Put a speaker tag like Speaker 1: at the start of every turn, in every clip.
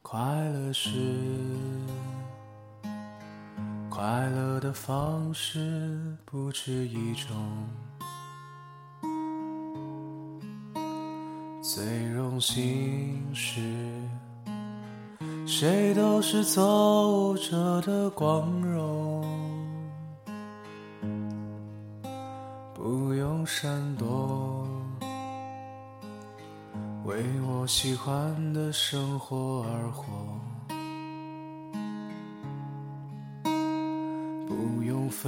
Speaker 1: 快乐是快乐的方式不止一种，最荣幸是谁都是走着的光荣，不用闪躲，为我喜欢的生活而活，不用粉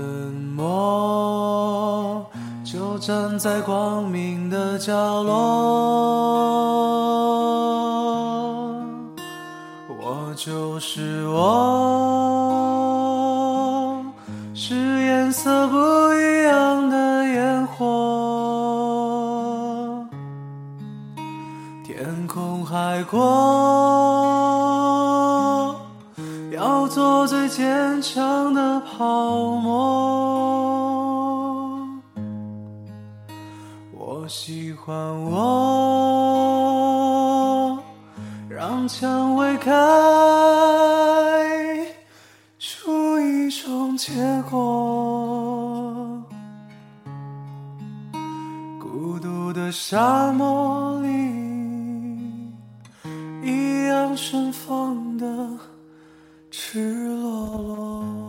Speaker 1: 墨，就站在光明的角落，我就是我，是颜色不一样的烟火，天空海阔，要做最坚强的泡沫。我喜欢我，让蔷薇开出一种结果，孤独的沙漠里一样盛放的赤裸裸。